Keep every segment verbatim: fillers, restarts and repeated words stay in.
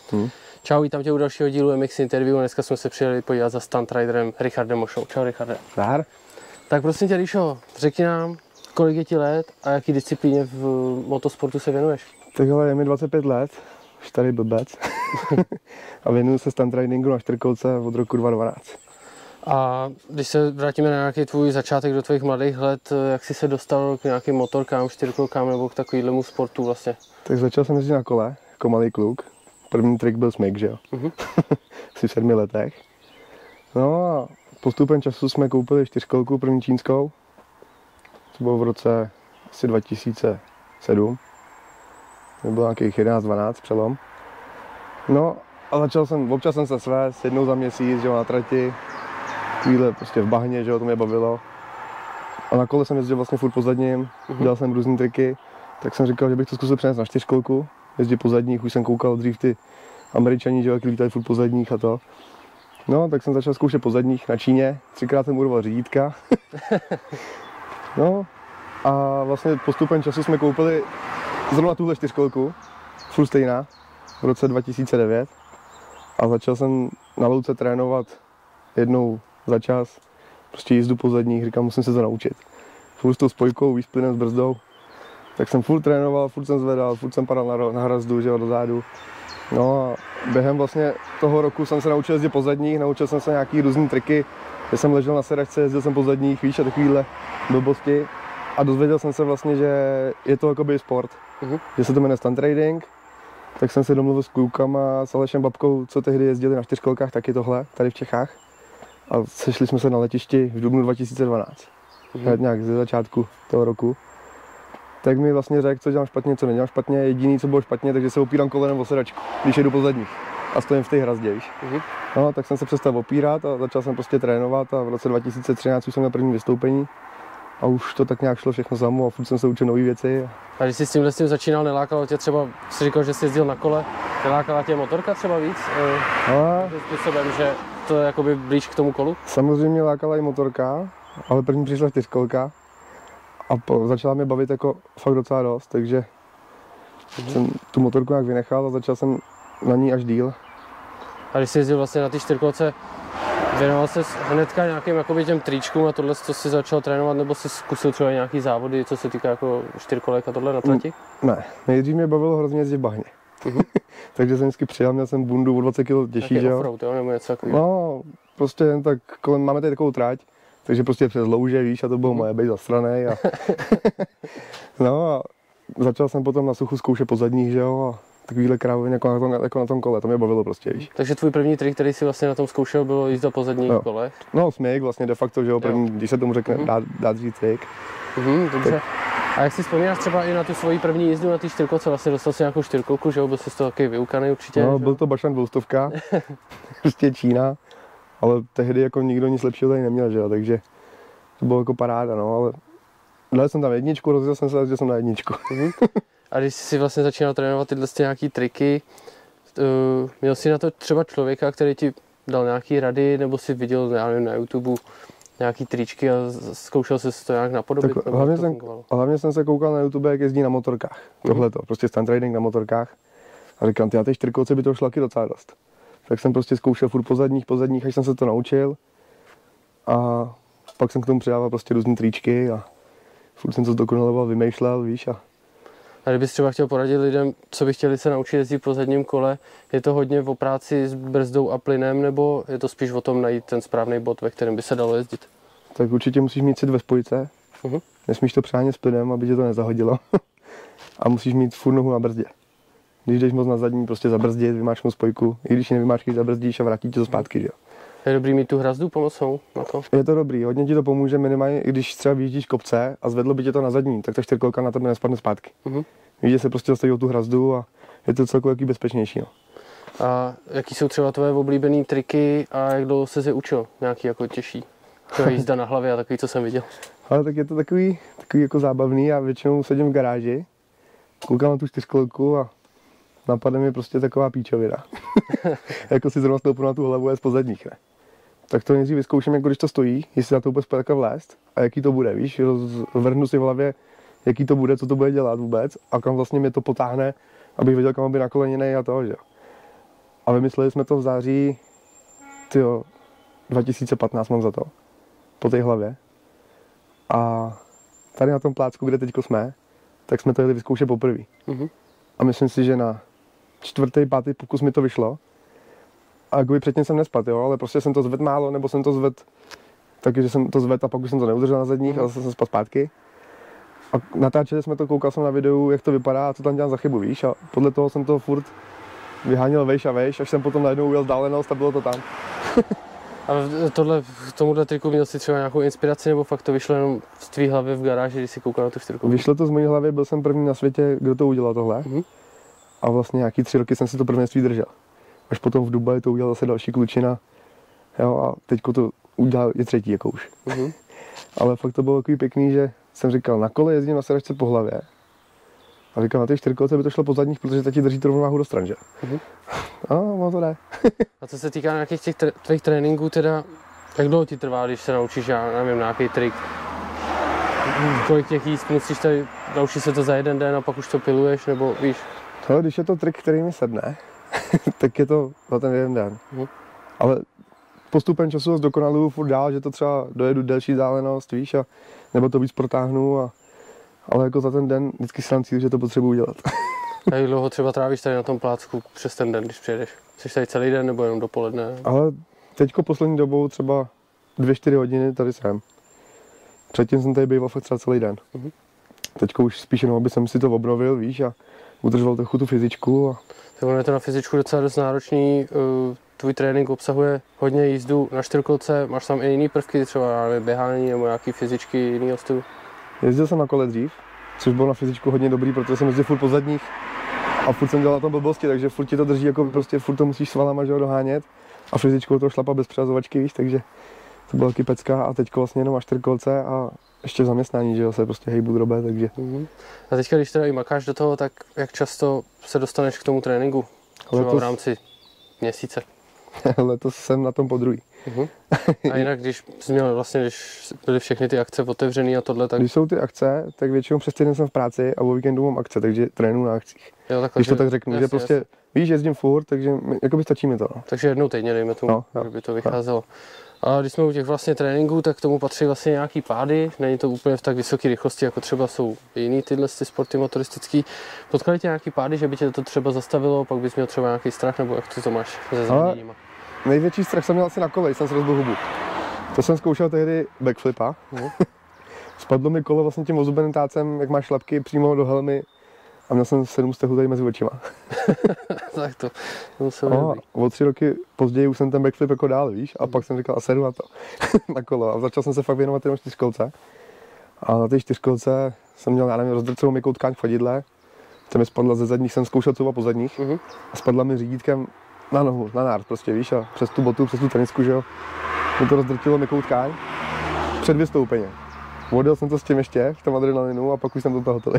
Hmm. Čau, vítám tě u dalšího dílu M X Interview. Dneska jsme se přijeli podívat za stunt-riderem Richardem Mošou. Čau, Richarde. Zdar. Tak prosím tě, Ríšo, řekni nám, kolik je ti let a jaký disciplíně v motosportu se věnuješ? Takhle je mi dvacet pět let, už tady blbec. A věnuju se stunt-ridingu na čtyřkolce od roku dva tisíce dvanáct. A když se vrátíme na nějaký tvůj začátek do tvých mladých let, jak jsi se dostal k nějakým motorkám, čtyřkolkám nebo k takovému sportu vlastně? Tak začal jsem jezdit na kole, jako malý kluk. První trik byl smyk, že jo? Uh-huh. Asi v sedmi letech. No a postupem času jsme koupili čtyřkolku, první čínskou. To bylo v roce asi dva tisíce sedm. To bylo nějakých jedenáct dvanáct přelom. No a začal jsem, občas jsem se svést, jednou za měsíc, že jo, na trati. Chvíle prostě v bahně, že jo, to mě bavilo. A na kole jsem jezdil vlastně furt po zadním, uh-huh. Dělal jsem různý triky. Tak jsem říkal, že bych to zkusil přenést na čtyřkolku. Jezdit po zadních, už jsem koukal dřív ty Američani, že jo, jak lítají furt po zadních a to. No, tak jsem začal zkoušet po zadních na Číně, třikrát jsem urval řídítka. No a vlastně postupem času jsme koupili zrovna tuhle čtyřkolku, furt stejná, v roce dva tisíce devět. A začal jsem na louce trénovat jednou za čas, prostě jízdu po zadních, říkám, musím se to naučit. Furt s tou spojkou, víš, s plynem, s brzdou. Tak jsem furt trénoval, furt jsem zvedal, furt jsem padal na, na hrazdu, že jo, dozadu. No a během vlastně toho roku jsem se naučil jezdit po zadních, naučil jsem se nějaký různý triky, že jsem ležel na sedačce, jezdil jsem po zadních, víš, a takovýhle blbosti. A dozvěděl jsem se vlastně, že je to jakoby sport, uh-huh. Že se to jmenuje stunt riding. Tak jsem se domluvil s klukama, s Alešem Babkou, co tehdy jezdili na čtyřkolkách, taky tohle, tady v Čechách. A sešli jsme se na letišti v dubnu dva tisíce dvanáct, uh-huh. Nějak ze začátku toho roku. Tak mi vlastně řekl, co dělám špatně, co nedělám špatně. Jediný, co bylo špatně, takže se opírám kolenem o sedačku, když jedu po zadních a stojím v té hrazdě, víš. Uh-huh. No, tak jsem se přestal opírat a začal jsem prostě trénovat a v roce dva tisíce třináct už jsem měl první vystoupení a už to tak nějak šlo všechno samo a furt jsem se učil nové věci. A když jsi s tímhle s tím začínal, nelákalo tě třeba, jsi říkal, že jsi jezdil na kole, nelákala tě motorka třeba víc? A... Způsobem, že to je jakoby blíž k tomu kolu? Samozřejmě lákala i motorka, ale první přišla čtyřkolka. A po, začala mě bavit jako fakt docela dost, takže mm. jsem tu motorku nějak vynechal a začal jsem na ní až díl. A když jsi jezdil vlastně na té čtyřkolce, věnoval jsi hnedka nějakým jakoby těm tričkům a tohle, co jsi začal trénovat, nebo jsi zkusil třeba nějaký závody, co se týká jako čtyřkolek a tohle na trati? Ne, nejdřív mě bavilo hrozně jezdit v bahně. Mm. Takže jsem vždycky přijel, měl jsem bundu o dvacet kilo těžší, že jo? Offroad, jo, nebo něco takového? No, prostě jen tak kolem, máme tady takovou trať. Takže prostě přes louže, víš, a to bylo moje, být zasranej a... No a začal jsem potom na suchu zkoušet po zadních, že jo, a takovýhle krávoviny jako na tom, jako na tom kole, to mě bavilo prostě, víš. Takže tvůj první trik, který jsi vlastně na tom zkoušel, bylo jízda po zadních no. kolech? No, smyk vlastně de facto, že jo, první, jo. Když se tomu řekne, mm-hmm. dá, dá dřív trik. Mhm, dobře. Tak. A jak si vzpomínáš třeba i na tu svoji první jízdu na té čtyřkolce, vlastně dostal si nějakou čtyřkolku, že jo, byl jsi z toho taky vyukaný určitě? No, byl to Bašan dvoustovka, prostě Čína, ale tehdy jako nikdo nic lepšího tady neměl, že jo, takže to bylo jako paráda, no, ale dal jsem tam jedničku, rozjel jsem se a jsem na jedničku. Uh-huh. A když jsi vlastně začínal trénovat tyhle nějaký triky, uh, měl jsi na to třeba člověka, který ti dal nějaký rady, nebo jsi viděl, já nevím, na YouTube nějaký tričky a zkoušel jsi to nějak napodobit? Tak hlavně, jsem, hlavně jsem se koukal na YouTube, jak jezdí na motorkách, uh-huh. Tohleto, prostě stunt riding na motorkách. A říkám, ty na té čtyřkolce by to šlo taky docela dost. Tak jsem prostě zkoušel furt po zadních, po zadních, až jsem se to naučil. A pak jsem k tomu přidával prostě různý tričky a furt jsem to zdokonaloval, vymýšlel, víš. A... a kdybys třeba chtěl poradit lidem, co by chtěli se naučit jezdit po zadním kole, je to hodně o práci s brzdou a plynem, nebo je to spíš o tom najít ten správný bod, ve kterém by se dalo jezdit? Tak určitě musíš mít cit ve spojce, uh-huh. Nesmíš to přánět s plynem, aby tě to nezahodilo. A musíš mít furt nohu na brzdě. Když jdeš moc na zadní, prostě zabrzdit, vymáčknout spojku, i když ji nevymáčkeš, zabrzdíš a vrátí tě to zpátky, že jo. Je dobrý mít tu hrazdu pomocnou na to? Je to dobrý, hodně ti to pomůže minimálně, když třeba vyjíždíš kopce a zvedlo by tě to na zadní, tak ta čtyřkolka na tebe nespadne zpátky. Uh-huh. Víš, že se prostě zastaví o tu hrazdu a je to celkově jaký bezpečnější. No. A jaký jsou třeba tvoje oblíbené triky a jak dlouho jsi je učil? Nějaký jako těžší? Třeba jízda na hlavě a takový, co jsem viděl. Ale tak je to takový, takový jako zábavný a většinou sedím v garáži, koukám na tu čtyřkolku a napadne mi prostě taková píčovina. Jako si zrovna stoupnu na tu hlavu a je z pozadních, ne? Tak to nejdřív vyzkouším, jako když to stojí, jestli na to vůbec půjde vlézt a jaký to bude, víš, vrhnu si v hlavě, jaký to bude, co to bude dělat vůbec a kam vlastně mě to potáhne, abych věděl, kam by nakoleněnej a to, že jo. A vymysleli jsme to v září, tyjo, dva tisíce patnáct mám za to, po té hlavě. A tady na tom plácku, kde teď jsme, tak jsme to jeli vyzkoušet poprvé. Mm-hmm. A myslím si, že na čtvrtý, pátý pokus mi to vyšlo. A jakoby předtím jsem nespadl, jo, ale prostě jsem to zvedl málo, nebo jsem to zvedl, takže jsem to zvedl a pak už jsem to neudržel na zadních, mm-hmm. ale zase jsem spadl zpátky. A natáčeli jsme to, koukal jsem na videu, jak to vypadá a co tam dělám za chybu, víš, a podle toho jsem to furt vyháněl vejš a vejš, až jsem potom najednou ujel vzdálenost a bylo to tam. A tohle, k tomuhle triku měl jsi třeba nějakou inspiraci, nebo fakt to vyšlo jenom z tvý hlavy v garáži, když jsi koukal na tu čtyřku? Vyšlo to z mojí hlavy, byl jsem první na světě, kdo to udělal tohle. Mm-hmm. A vlastně nějaký tři roky jsem si to prvnictví držel. Až potom v Dubaji to udělal zase další klučina. Jo, a teďko to udělal je třetí jako už. Mm-hmm. Ale fakt to bylo takový pěkný, že jsem říkal, na kole jezdím na sedačce po hlavě. A říkal, na té čtyřkolce by to šlo po zadních, protože ta ti drží tu rovnováhu do stran, že? Mm-hmm. A ono to jde. A co se týká nějakých těch tr- tvých tréninků, teda, jak dlouho ti trvá, když se naučíš, já nevím, nějaký trik? Kolik těch jízd musíš tady, naučíš se to za jeden den a pak už to piluješ, nebo víš? Hele, když je to trik, který mi sedne, tak je to za ten jeden den. Mm-hmm. Ale postupem času zdokonaluju furt dál, že to třeba dojedu delší vzdálenost, víš, a nebo to víc protáhnu, a, ale jako za ten den vždycky si dám cíl, že to potřebuji udělat. A jak dlouho třeba trávíš tady na tom plácku přes ten den, když přijedeš? Jsi tady celý den nebo jenom dopoledne? Ale teďko poslední dobou třeba dvě, čtyři hodiny tady jsem. Předtím jsem tady býval fakt třeba celý den. Mm-hmm. Teďko už spíš jenom, aby jsem si to obnovil, víš, a udržoval trochu tu fyzičku. A... Tak ono je to na fyzičku docela dost náročný. Tvůj trénink obsahuje hodně jízdu na čtyřkolce, máš tam i jiný prvky, třeba nevím, běhání nebo nějaký fyzičky jiného stylu? Jezdil jsem na kole dřív, což bylo na fyzičku hodně dobrý, protože jsem jezdil furt po zadních a furt jsem dělal na tom blbosti, takže furt ti to drží, jako prostě furt to musíš svalama, že ho, dohánět a fyzičkou to šlapa bez přehazovačky, víš, takže to byla taky pecka a teďko vlastně jenom na čtyřkolce a ještě zaměstnání, že jo, se prostě hejbu drobe, takže. Mm-hmm. A teďka, když teda i makáš do toho, tak jak často se dostaneš k tomu tréninku? Třeba letos... v rámci měsíce? Letos jsem na tom podruhý. Uh-huh. A jinak, když jsi měl vlastně, když byly všechny ty akce otevřený a tohle, tak... Když jsou ty akce, tak většinou přes týden jsem v práci a o víkendu mám akce, takže trénuju na akcích. Jo, takhle, když to že... tak řeknu, jasně, že prostě, jasně. Víš, jezdím furt, takže jakoby stačí mi to. No. Takže jednou týdně, dejme tomu, no, že by to vycházelo. No. A když jsme u těch vlastně tréninků, tak k tomu patří vlastně nějaký pády, není to úplně v tak vysoké rychlosti, jako třeba jsou jiný tyhle sporty motoristický. Potkali tě nějaký pády, že by tě to třeba zastavilo, pak bys měl třeba nějaký strach, nebo jak ty to máš se zraněníma? Největší strach jsem měl asi na kole, jsem si rozbil hubu. To jsem zkoušel tehdy backflipa. Mm. Spadlo mi kolo vlastně tím ozubeným tácem, jak máš šlapky, přímo do helmy a měl jsem sedm stehů tady mezi očima. Tak to, to se no, o tři roky později už jsem ten backflip jako dál, víš, a mm. pak jsem říkal a sedu na to, na kolo a začal jsem se fakt věnovat jenom čtyřkolce. A na té čtyřkolce jsem měl, já nevím, rozdrcenou měkkou tkáň v chodidle, ta mi spadla ze zadních, jsem zkoušel couvat po zadních mm. a spadla mi řídítkem na nohu, na nárt prostě, víš, a přes tu botu, přes tu tenisku, že jo, mě to rozdrtilo měkkou tkáň před vystoupeně. Odjel jsem to s tím ještě, v tom adrenalinu a pak už jsem do toho hotový.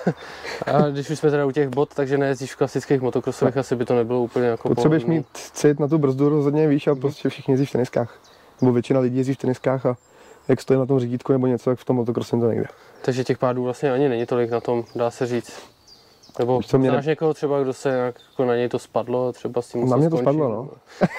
A když už jsme teda u těch bot, takže nejezdíš v klasických motokrosových, asi by to nebylo úplně jako potřebuješ mít cit na tu brzdu rozhodně, víš, a prostě všichni jezdí v teniskách. Nebo většina lidí jezdí v teniskách a jak stojí na tom řídítku nebo něco, jak v tom motokrosu to nejde. Takže těch pádů vlastně ani není tolik na tom, dá se říct. Nebo mě znáš ne... někoho třeba, kdo se nějak, jako na něj to spadlo, třeba s tím musel Na mě skončit, to spadlo, no.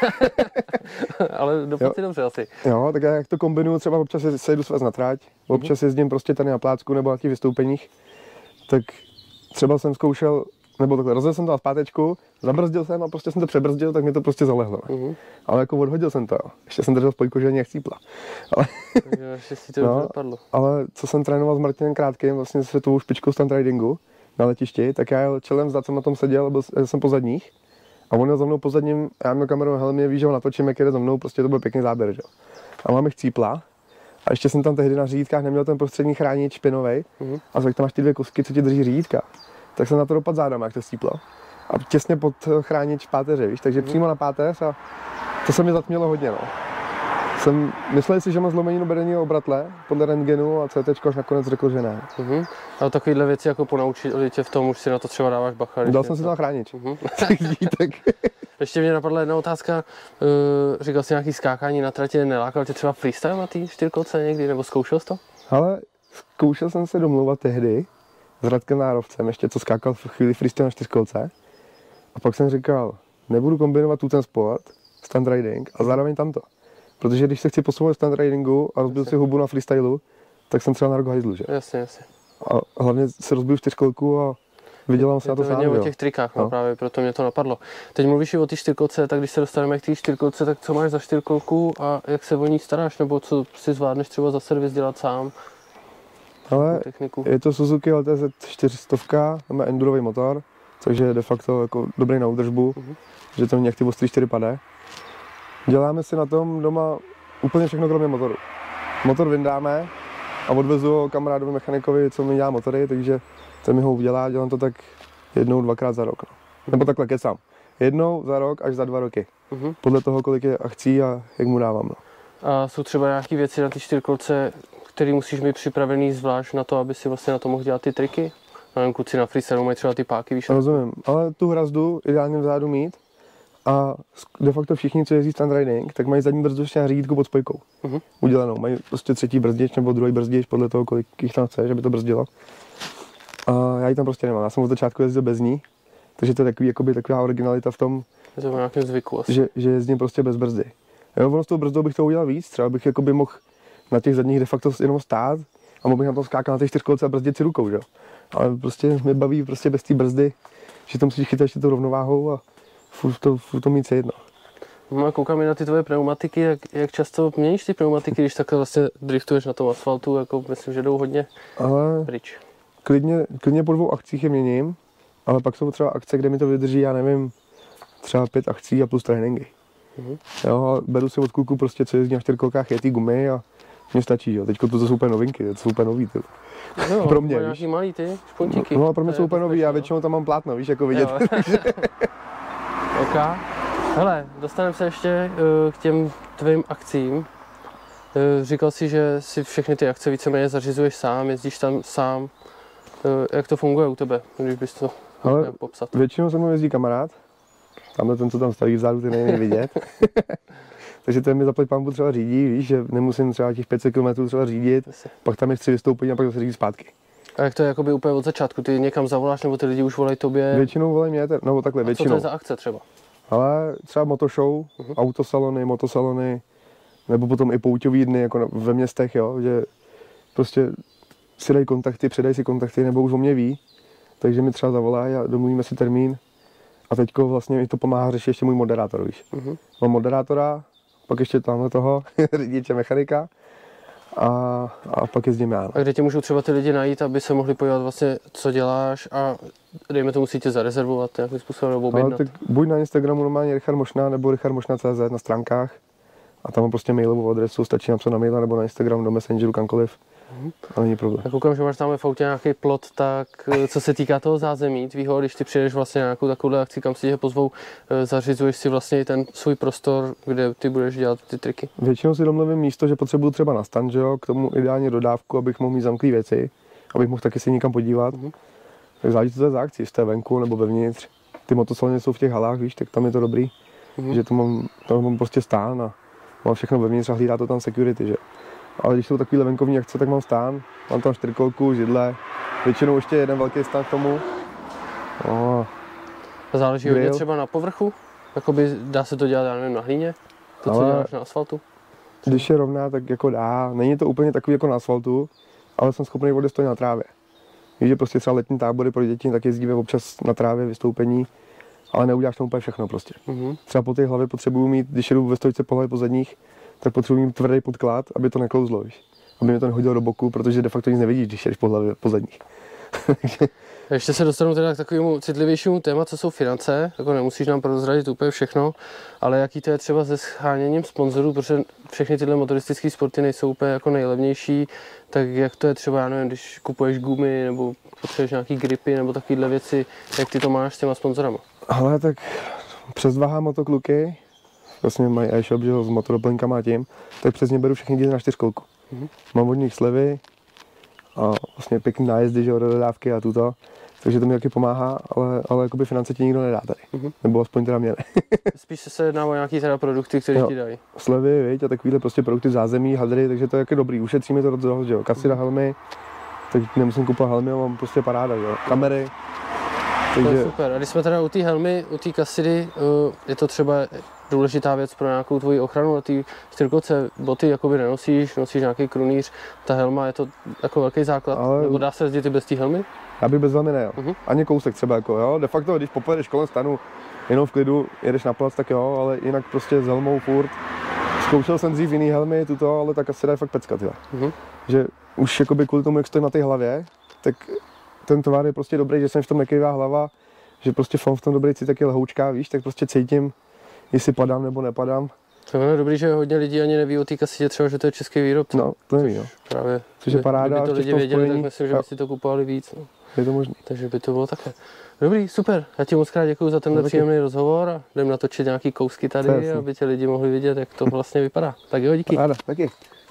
Ale dopadli dobře asi. Jo, tak já jak to kombinuju, třeba občas se jedu svést na tráť, občas jezdím prostě tady na plácku nebo na těch vystoupeních, tak třeba jsem zkoušel, nebo takhle, rozjel jsem to na zpátečku, zabrzdil jsem a prostě jsem to přebrzdil, tak mi to prostě zalehlo. Uh-huh. Ale jako odhodil jsem to, jo. Ještě jsem držel spojku, že ani chcípla. Ale... Takže naštěstí to no, dopadlo. Ale co jsem trénoval s Martinem Krátkým, vlastně světovou špičkou stunt ridingu, na letišti, tak já jel čelem vzad, jsem na tom seděl, byl jsem po zadních a on jel za mnou po zadním, já měl kameru na helmě, víš, že ho natočím, jak jede za mnou, prostě to byl pěkný záběr, že? A máme chcípla a ještě jsem tam tehdy na řídítkách neměl ten prostřední chránit špinovej uh-huh. a tak tam máš ty dvě kusky, co ti drží řídítka, tak jsem na to dopadl zádama, jak to chcíplo a těsně pod chránič páteře, víš, takže uh-huh. přímo na páteř a to se mi zatmělo hodně, no. Jsem myslel si, že mám zlomeninu bedenního obratle podle rentgenu a C T až nakonec řekl, že ne. Uh-huh. A takovýhle věci jako ponaučili tě v tom, už si na to třeba dáváš bacha. Dal jsem si to na chránič. Uh-huh. tak Ještě mě napadla jedna otázka, uh, říkal jsi nějaký skákání na tratě, nelákal tě třeba freestyle na té čtyřkolce někdy, nebo zkoušel jsi to? Ale zkoušel jsem se domlouvat tehdy s Radkem Nárovcem, ještě co skákal v chvíli freestyle na čtyřkolce. A pak jsem říkal, nebudu kombinovat tu ten sport, stunt riding a zároveň tamto. Protože když se chci posouvat v stunt ridingu a rozbil si hubu na freestylu, tak jsem třeba na rok hajzlu, že? Jasně, jasně. A hlavně se rozbiju čtyřkolku a vydělám se na to sám, jo. Je to o těch trikách, no. no právě proto mě to napadlo. Teď mluvíš i o té čtyřkolce, tak když se dostaneme k té čtyřkolce, tak co máš za čtyřkolku a jak se o ní staráš, nebo co si zvládneš třeba za servis dělat sám? Ale je to Suzuki L T Z čtyři sta, máme endurový motor, takže je de facto jako dobrý na údržbu, uh-huh. že to není jak ty ostrý čtyři pade. Děláme si na tom doma úplně všechno kromě motoru. Motor vyndáme a odvezu ho kamarádovi mechanikovi, co mi dělá motory, takže ten mi ho udělá, dělám to tak jednou, dvakrát za rok. No. Nebo takhle kecám. Jednou za rok až za dva roky. Uh-huh. Podle toho, kolik je akcí a jak mu dávám. No. A jsou třeba nějaké věci na ty čtyřkolce, které musíš mít připravený zvlášť na to, aby si vlastně na to mohl dělat ty triky? Nevím, kluci na freestylu mají třeba ty páky, víš? Rozumím, ale tu hrazdu ideálně vzadu mít a de facto všichni, co jezdí stunt riding, tak mají zadní brzdu ještě na řídítku pod spojkou. Uh-huh. Udělanou, mají prostě třetí brzdič nebo druhý brzdič podle toho, kolik jich tam chce, aby to brzdilo. A já ji tam prostě nemám, já jsem od začátku jezdil bez ní, takže to je takový, jakoby, taková originalita v tom, je to nějakým zvyku asi. Že, že jezdím prostě bez brzdy. Jo, ono s tou brzdou bych to udělal víc, třeba bych jakoby mohl na těch zadních de facto jenom stát a mohl bych na tom skákat na těch čtyřkolce a brzdit si rukou, že jo. Ale prostě mě baví prostě bez té brzdy, že to musíš chytat ještě tou rovnováhou a furt to, furt to mít se jedno. No a koukám i na ty tvoje pneumatiky, jak, jak často měníš ty pneumatiky, když takhle vlastně driftuješ na tom asfaltu, jako myslím, že jdou hodně ale pryč. Klidně, klidně po dvou akcích je měním, ale pak jsou třeba akce, kde mi to vydrží, já nevím, třeba pět akcí a plus tréninky. Mm-hmm. Jo, a beru si od kluku prostě, co jezdí na čtyřkolkách, je ty gumy a mě stačí, jo. Teďko to jsou úplně novinky, to jsou úplně nový, ty. Jo, pro mě, nějaký malý ty špuntíky. No, no a pro mě jsou úplně nový, já většinou tam mám plátno, víš, jako vidět. OK. Hele, dostaneme se ještě uh, k těm tvým akcím. Uh, říkal jsi, že si všechny ty akce víceméně zařizuješ sám, jezdíš tam sám. Uh, jak to funguje u tebe, když bys to mohl popsat? Většinou se mnou jezdí kamarád. Tamhle ten, co tam staví vzadu, ty nejde vidět. Takže ten mi zaplať pambu třeba řídí, víš, že nemusím třeba těch pět set kilometrů třeba řídit, Asi. Pak tam je chci vystoupení a pak zase řídit zpátky. A jak to je jakoby úplně od začátku? Ty někam zavoláš, nebo ty lidi už volají tobě? Většinou volají mě, nebo takhle, a většinou. Co to je za akce třeba? Ale třeba motoshow, uh-huh. autosalony, motosalony, nebo potom i pouťový dny, jako ve městech, jo, že prostě si dají kontakty, předají si kontakty, nebo už o mě ví, takže mi třeba zavolají a domluvíme si termín. A teďko vlastně mi to pomáhá řešit ještě můj moderátor, víš. Uh-huh. Mám moderátora, pak ještě tamhle toho, řidiče mechanika a, a pak jezdím já. A kde tě můžou třeba ty lidi najít, aby se mohli podívat vlastně, co děláš a dejme tomu si tě zarezervovat nějakým způsobem nebo objednat? Tak buď na Instagramu normálně Richard Mošna nebo richard mošna tečka cé zet na stránkách a tam mám prostě mailovou adresu, stačí napsat na maila nebo na Instagram, do Messengeru, kamkoliv. Mm-hmm. A není problém. Já koukám, že máš tam v autě nějaký plot, tak co se týká toho zázemí tvýho, když ty přijedeš vlastně na nějakou takovou akci, kam si tě pozvou, zařizuješ si vlastně ten svůj prostor, kde ty budeš dělat ty triky? Většinou si domluvím místo, že potřebuju třeba na stan, že jo, k tomu ideálně dodávku, abych mohl mít zamklý věci, abych mohl taky si někam podívat. Mm-hmm. Tak záleží, co to je za akci, jestli to je venku nebo vevnitř. Ty motosalony jsou v těch halách, víš, tak tam je to dobrý, mm-hmm. že to mám, to mám prostě stán a mám všechno vevnitř a hlídá to tam security, že. Ale když jsou takovýhle venkovní akce, tak mám stán, mám tam čtyřkolku, židle, většinou ještě jeden velký stán k tomu. Oh. A záleží hodně třeba na povrchu? Jakoby dá se to dělat, já nevím, na hlíně? To, co ale děláš na asfaltu? Když je rovná, tak jako dá. Není to úplně takový jako na asfaltu, ale jsem schopný odjet to na trávě. Víš, že prostě třeba letní tábory pro děti, tak jezdíme občas na trávě vystoupení, ale neuděláš tam úplně všechno prostě. Mm-hmm. Třeba po té hlavě potřebuju mít, když jedu ve stojce po hlavě po zadních, tak potřebuji mít tvrdý podklad, aby to neklouzlo, víš. Aby mě to nehodilo do boku, protože de facto nic nevidíš, když jedeš po hlavě po zadních. Ještě se dostanu teda k takovému citlivějšímu téma, co jsou finance, jako nemusíš nám prozradit úplně všechno, ale jaký to je třeba se scháněním sponzorů, protože všechny tyhle motoristické sporty nejsou úplně jako nejlevnější, tak jak to je třeba, já nevím, když kupuješ gumy nebo potřebuješ nějaký gripy nebo takovéhle věci, jak ty to máš s těma sponzorama? Ale tak přes Váha motokluky, vlastně mají e-shop, že ho, s motodoplňkama a tím, tak přes ně beru všechny díly na čtyřkolku. Mm-hmm. Mám od nich slevy a vlastně pěkný nájezdy, že ho, do dodávky a tuto, takže to mi taky pomáhá, ale, ale jakoby finance ti nikdo nedá tady, mm-hmm. nebo aspoň teda měli. Spíš se jedná o nějaký teda produkty, které ti dají. Slevy, viď, a takovýhle prostě produkty zázemí, hadry, takže to je jako dobrý, ušetří mi to do toho, že jo, kasira, helmy, teď nemusím kupovat helmy, mám prostě paráda, že jo, kamery. Takže... To je super. A když jsme teda u té helmy, u té Cassidy, je to třeba důležitá věc pro nějakou tvoji ochranu na té čtyřkolce, boty jakoby nenosíš, nosíš nějaký krunýř, ta helma je to jako velký základ, ale... nebo dá se jezdit i bez té helmy? Já bych bez helmy nejel, uh-huh. Ani kousek třeba jako jo, de facto, když popojedeš kolem stanu, jenom v klidu, jedeš na plac, tak jo, ale jinak prostě s helmou furt. Zkoušel jsem dřív jiný helmy, tuto, ale ta Cassida je fakt pecka, tyhle. Uh-huh. Že už jakoby kvůli tomu, jak stojím na té hlavě, tak ten tvar je prostě dobrý, že jsem v tom nekývá hlava, že prostě v tom dobrý cít, taky lehoučká, víš, tak prostě cítím, jestli padám nebo nepadám. To je dobrý, že hodně lidí ani neví o té Cassidě třeba, že to je český výrobce. No, to neví, no. Právě, což je paráda. Kdyby to lidi věděli, tak myslím, že by si to kupovali víc. No. Je to možné. Takže by to bylo také. Dobrý, super. Já ti moc krát děkuji za tenhle no, příjemný rozhovor a jdem natočit nějaký kousky tady, aby tě lidi mohli vidět, jak to vlastně vypadá. Tak jo, díky. Paráda, taky.